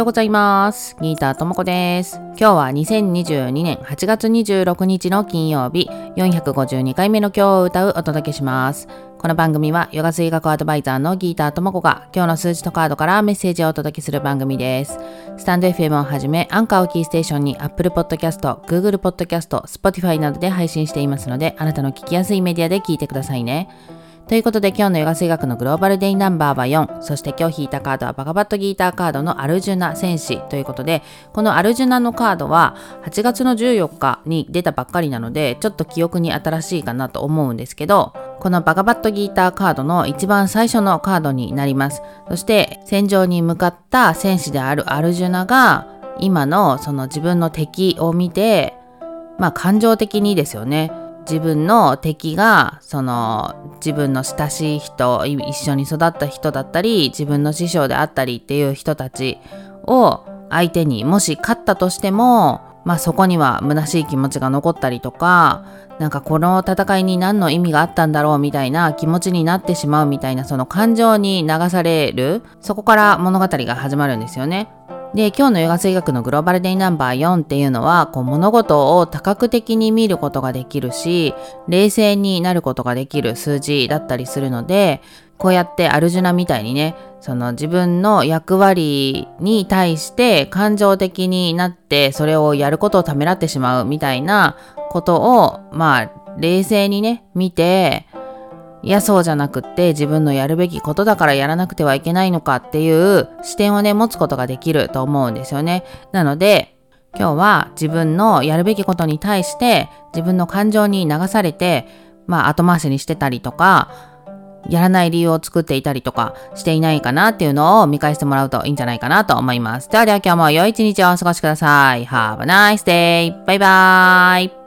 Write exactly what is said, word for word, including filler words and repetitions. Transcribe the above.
ようございます。ギーターともこです。今日はにせんにじゅうにねんはちがつにじゅうろくにちの金曜日、よんひゃくごじゅうにかいめの今日を歌うお届けします。この番組はヨガ水学アドバイザーのギーターともこが今日の数字とカードからメッセージをお届けする番組です。スタンド エフエム をはじめアンカーをキーステーションに Apple Podcast、Google Podcast、Spotify などで配信していますので、あなたの聞きやすいメディアで聞いてくださいね。ということで今日のヨガ水学のグローバルデイナンバーはよん、そして今日引いたカードはバガバットギーターカードのアルジュナ戦士ということで、このアルジュナのカードははちがつのじゅうよっかに出たばっかりなので、ちょっと記憶に新しいかなと思うんですけど、このバガバットギーターカードの一番最初のカードになります。そして戦場に向かった戦士であるアルジュナが今のその自分の敵を見て、まあ感情的にですよね、自分の敵がその自分の親しい人、一緒に育った人だったり、自分の師匠であったりっていう人たちを相手にもし勝ったとしても、まあそこには虚しい気持ちが残ったりとか、なんかこの戦いに何の意味があったんだろうみたいな気持ちになってしまうみたいな、その感情に流される、そこから物語が始まるんですよね。で、今日のヨガ水学のグローバルデイナンバーよんっていうのは、こう物事を多角的に見ることができるし、冷静になることができる数字だったりするので、こうやってアルジュナみたいにね、その自分の役割に対して感情的になって、それをやることをためらってしまうみたいなことを、まあ冷静にね、見て、いやそうじゃなくって自分のやるべきことだからやらなくてはいけないのかっていう視点をね持つことができると思うんですよね。なので今日は自分のやるべきことに対して自分の感情に流されて、まあ後回しにしてたりとか、やらない理由を作っていたりとかしていないかなっていうのを見返してもらうといいんじゃないかなと思います。ではでは今日も良い一日をお過ごしください。Have a nice day! バイバーイ!